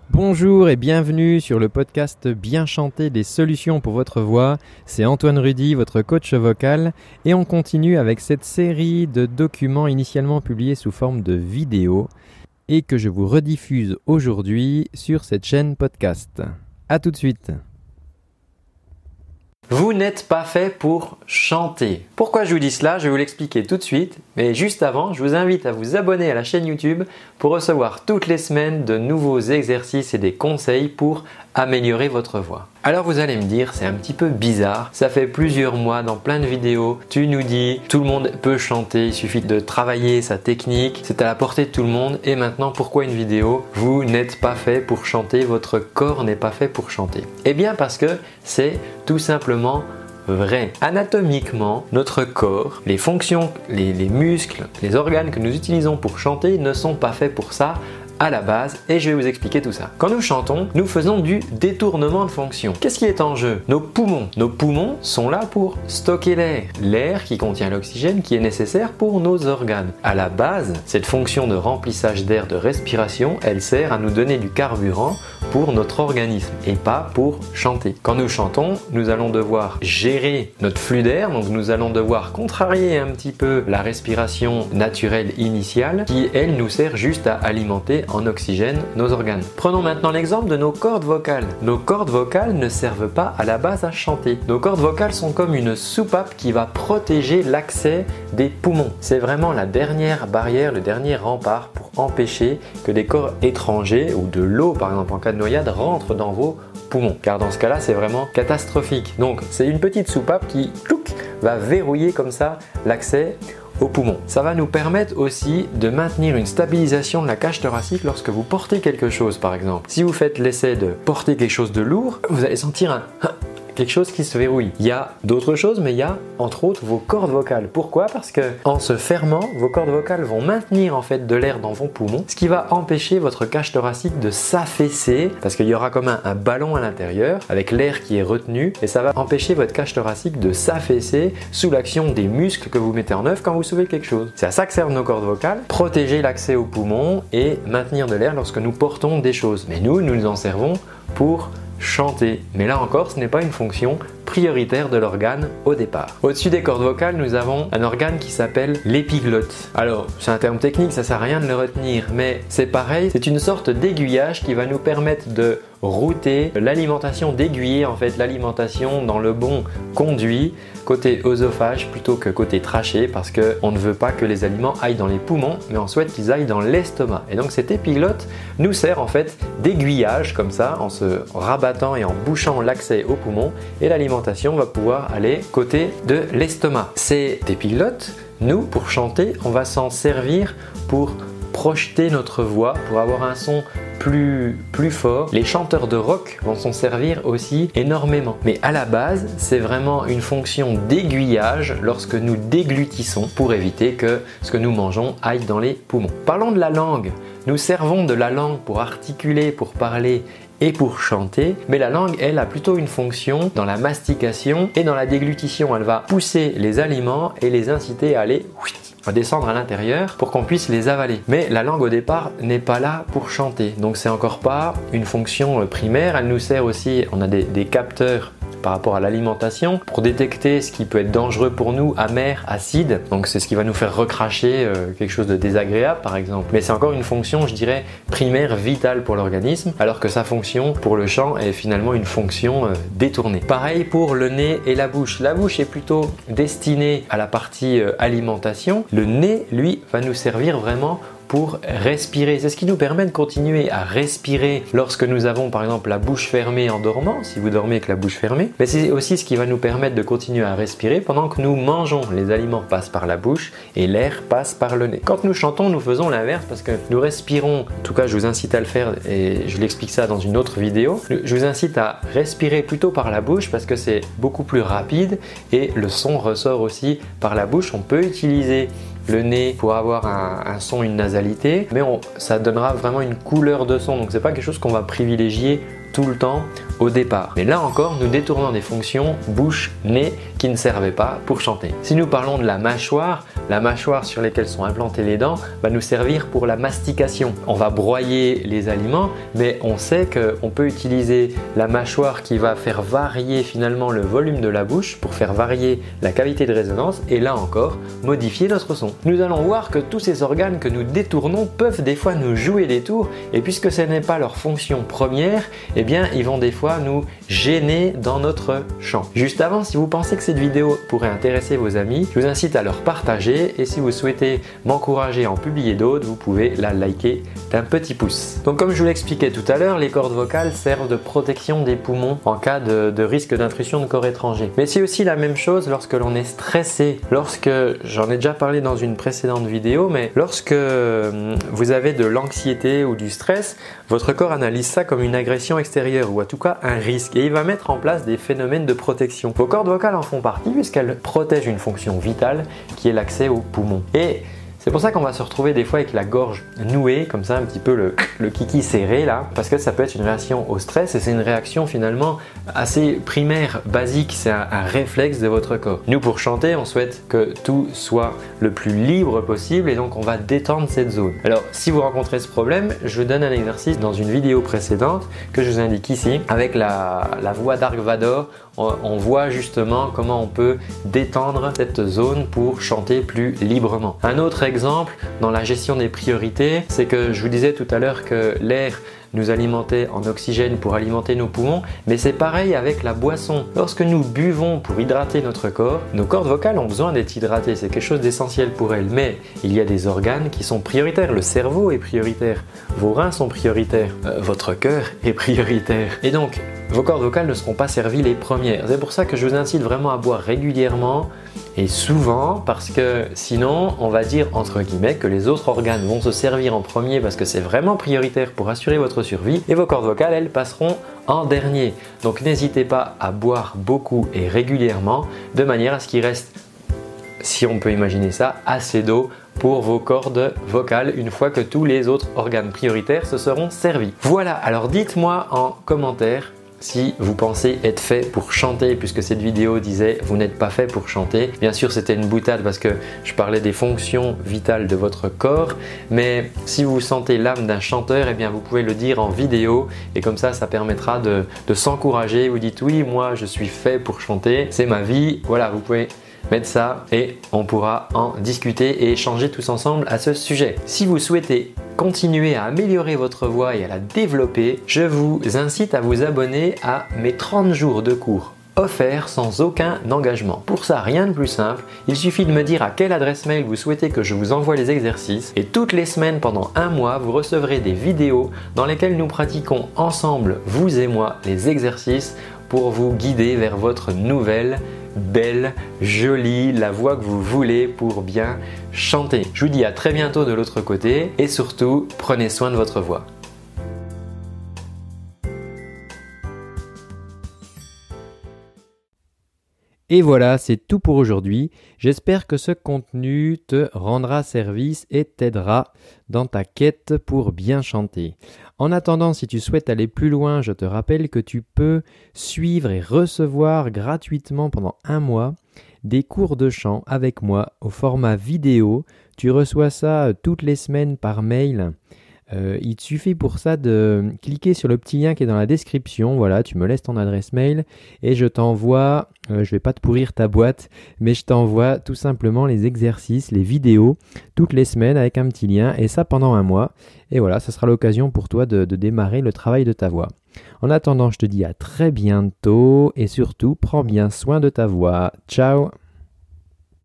Bonjour et bienvenue sur le podcast Bien chanter des solutions pour votre voix. C'est Antoine Rudy, votre coach vocal, et on continue avec cette série de documents initialement publiés sous forme de vidéo et que je vous rediffuse aujourd'hui sur cette chaîne podcast. À tout de suite. Vous n'êtes pas fait pour chanter. Pourquoi je vous dis cela? Je vais vous l'expliquer tout de suite. Mais juste avant, je vous invite à vous abonner à la chaîne YouTube pour recevoir toutes les semaines de nouveaux exercices et des conseils pour améliorer votre voix. Alors vous allez me dire, c'est un petit peu bizarre. Ça fait plusieurs mois dans plein de vidéos, tu nous dis tout le monde peut chanter, il suffit de travailler sa technique, c'est à la portée de tout le monde. Et maintenant, pourquoi une vidéo? Vous n'êtes pas fait pour chanter, votre corps n'est pas fait pour chanter. Eh bien parce que c'est tout simplement vrai. Anatomiquement, notre corps, les fonctions, les muscles, les organes que nous utilisons pour chanter ne sont pas faits pour ça à la base, et je vais vous expliquer tout ça. Quand nous chantons, nous faisons du détournement de fonction. Qu'est-ce qui est en jeu? Nos poumons. Nos poumons sont là pour stocker l'air. L'air qui contient l'oxygène qui est nécessaire pour nos organes. À la base, cette fonction de remplissage d'air de respiration, elle sert à nous donner du carburant pour notre organisme et pas pour chanter. Quand nous chantons, nous allons devoir gérer notre flux d'air, donc nous allons devoir contrarier un petit peu la respiration naturelle initiale qui, elle, nous sert juste à alimenter en oxygène nos organes. Prenons maintenant l'exemple de nos cordes vocales. Nos cordes vocales ne servent pas à la base à chanter. Nos cordes vocales sont comme une soupape qui va protéger l'accès des poumons. C'est vraiment la dernière barrière, le dernier rempart pour empêcher que des corps étrangers ou de l'eau, par exemple en cas de noyade, rentrent dans vos poumons. Car dans ce cas-là, c'est vraiment catastrophique. Donc, c'est une petite soupape qui va verrouiller comme ça l'accès aux poumons. Ça va nous permettre aussi de maintenir une stabilisation de la cage thoracique lorsque vous portez quelque chose, par exemple. Si vous faites l'essai de porter quelque chose de lourd, vous allez sentir quelque chose qui se verrouille. Il y a d'autres choses, mais il y a entre autres vos cordes vocales. Pourquoi? Parce que en se fermant, vos cordes vocales vont maintenir en fait de l'air dans vos poumons, ce qui va empêcher votre cage thoracique de s'affaisser, parce qu'il y aura comme un ballon à l'intérieur avec l'air qui est retenu, et ça va empêcher votre cage thoracique de s'affaisser sous l'action des muscles que vous mettez en œuvre quand vous soulevez quelque chose. C'est à ça que servent nos cordes vocales, protéger l'accès aux poumons et maintenir de l'air lorsque nous portons des choses. Mais nous nous en servons pour chanter. Mais là encore, ce n'est pas une fonction prioritaire de l'organe au départ. Au-dessus des cordes vocales, nous avons un organe qui s'appelle l'épiglotte. Alors, c'est un terme technique, ça sert à rien de le retenir, mais c'est pareil, c'est une sorte d'aiguillage qui va nous permettre de router l'alimentation, d'aiguiller en fait l'alimentation dans le bon conduit côté œsophage plutôt que côté trachée, parce qu'on ne veut pas que les aliments aillent dans les poumons, mais on souhaite qu'ils aillent dans l'estomac. Et donc cette épiglotte nous sert en fait d'aiguillage comme ça, en se rabattant et en bouchant l'accès aux poumons, et l'alimentation va pouvoir aller côté de l'estomac. Cette épiglotte, nous, pour chanter, on va s'en servir pour projeter notre voix, pour avoir un son plus fort. Les chanteurs de rock vont s'en servir aussi énormément. Mais à la base, c'est vraiment une fonction d'aiguillage lorsque nous déglutissons pour éviter que ce que nous mangeons aille dans les poumons. Parlons de la langue. Nous servons de la langue pour articuler, pour parler et pour chanter, mais la langue, elle, a plutôt une fonction dans la mastication et dans la déglutition. Elle va pousser les aliments et les inciter à aller descendre à l'intérieur pour qu'on puisse les avaler. Mais la langue au départ n'est pas là pour chanter, donc c'est encore pas une fonction primaire. Elle nous sert aussi, on a des capteurs par rapport à l'alimentation pour détecter ce qui peut être dangereux pour nous, amer, acide. Donc c'est ce qui va nous faire recracher quelque chose de désagréable par exemple. Mais c'est encore une fonction, je dirais, primaire, vitale pour l'organisme, alors que sa fonction pour le chant est finalement une fonction détournée. Pareil pour le nez et la bouche. La bouche est plutôt destinée à la partie alimentation. Le nez, lui, va nous servir vraiment pour respirer. C'est ce qui nous permet de continuer à respirer lorsque nous avons par exemple la bouche fermée en dormant, si vous dormez avec la bouche fermée, mais c'est aussi ce qui va nous permettre de continuer à respirer pendant que nous mangeons. Les aliments passent par la bouche et l'air passe par le nez. Quand nous chantons, nous faisons l'inverse parce que nous respirons, en tout cas je vous incite à le faire et je l'explique ça dans une autre vidéo, je vous incite à respirer plutôt par la bouche parce que c'est beaucoup plus rapide et le son ressort aussi par la bouche. On peut utiliser le nez pour avoir un son, une nasalité, mais ça donnera vraiment une couleur de son. Donc c'est pas quelque chose qu'on va privilégier tout le temps au départ. Mais là encore, nous détournons des fonctions bouche, nez qui ne servaient pas pour chanter. Si nous parlons de la mâchoire sur laquelle sont implantées les dents va nous servir pour la mastication. On va broyer les aliments, mais on sait qu'on peut utiliser la mâchoire qui va faire varier finalement le volume de la bouche pour faire varier la cavité de résonance et là encore modifier notre son. Nous allons voir que tous ces organes que nous détournons peuvent des fois nous jouer des tours et puisque ce n'est pas leur fonction première, eh bien ils vont des fois nous gêner dans notre chant. Juste avant, si vous pensez que cette vidéo pourrait intéresser vos amis, je vous incite à leur partager et si vous souhaitez m'encourager à en publier d'autres, vous pouvez la liker d'un petit pouce. Donc comme je vous l'expliquais tout à l'heure, les cordes vocales servent de protection des poumons en cas de risque d'intrusion de corps étranger. Mais c'est aussi la même chose lorsque l'on est stressé. J'en ai déjà parlé dans une précédente vidéo, mais lorsque vous avez de l'anxiété ou du stress, votre corps analyse ça comme une agression extérieure ou en tout cas un risque et il va mettre en place des phénomènes de protection. Vos cordes vocales en font partie puisqu'elles protègent une fonction vitale qui est l'accès aux poumons. Et c'est pour ça qu'on va se retrouver des fois avec la gorge nouée, comme ça un petit peu le kiki serré là, parce que ça peut être une réaction au stress et c'est une réaction finalement assez primaire, basique, c'est un réflexe de votre corps. Nous pour chanter, on souhaite que tout soit le plus libre possible et donc on va détendre cette zone. Alors si vous rencontrez ce problème, je vous donne un exercice dans une vidéo précédente que je vous indique ici avec la voix Dark Vador. On voit justement comment on peut détendre cette zone pour chanter plus librement. Un autre exemple dans la gestion des priorités, c'est que je vous disais tout à l'heure que l'air nous alimentait en oxygène pour alimenter nos poumons, mais c'est pareil avec la boisson. Lorsque nous buvons pour hydrater notre corps, nos cordes vocales ont besoin d'être hydratées, c'est quelque chose d'essentiel pour elles, mais il y a des organes qui sont prioritaires, le cerveau est prioritaire, vos reins sont prioritaires, votre cœur est prioritaire, et donc vos cordes vocales ne seront pas servies les premières. C'est pour ça que je vous incite vraiment à boire régulièrement et souvent parce que sinon on va dire entre guillemets que les autres organes vont se servir en premier parce que c'est vraiment prioritaire pour assurer votre survie et vos cordes vocales elles passeront en dernier. Donc n'hésitez pas à boire beaucoup et régulièrement de manière à ce qu'il reste, si on peut imaginer ça, assez d'eau pour vos cordes vocales une fois que tous les autres organes prioritaires se seront servis. Voilà, alors dites-moi en commentaire si vous pensez être fait pour chanter, puisque cette vidéo disait vous n'êtes pas fait pour chanter. Bien sûr c'était une boutade parce que je parlais des fonctions vitales de votre corps, mais si vous sentez l'âme d'un chanteur, eh bien vous pouvez le dire en vidéo et comme ça permettra de s'encourager. Vous dites oui, moi je suis fait pour chanter, c'est ma vie, voilà, vous pouvez mettre ça et on pourra en discuter et échanger tous ensemble à ce sujet. Si vous souhaitez continuer à améliorer votre voix et à la développer, je vous incite à vous abonner à mes 30 jours de cours offerts sans aucun engagement. Pour ça, rien de plus simple, il suffit de me dire à quelle adresse mail vous souhaitez que je vous envoie les exercices et toutes les semaines pendant un mois, vous recevrez des vidéos dans lesquelles nous pratiquons ensemble, vous et moi, les exercices pour vous guider vers votre nouvelle, belle, jolie, la voix que vous voulez pour bien chanter. Je vous dis à très bientôt de l'autre côté et surtout, prenez soin de votre voix. Et voilà, c'est tout pour aujourd'hui. J'espère que ce contenu te rendra service et t'aidera dans ta quête pour bien chanter. En attendant, si tu souhaites aller plus loin, je te rappelle que tu peux suivre et recevoir gratuitement pendant un mois des cours de chant avec moi au format vidéo. Tu reçois ça toutes les semaines par mail. Il te suffit pour ça de cliquer sur le petit lien qui est dans la description. Voilà, tu me laisses ton adresse mail et je t'envoie, je vais pas te pourrir ta boîte, mais je t'envoie tout simplement les exercices, les vidéos toutes les semaines avec un petit lien et ça pendant un mois. Et voilà, ça sera l'occasion pour toi de démarrer le travail de ta voix. En attendant, je te dis à très bientôt et surtout, prends bien soin de ta voix. Ciao!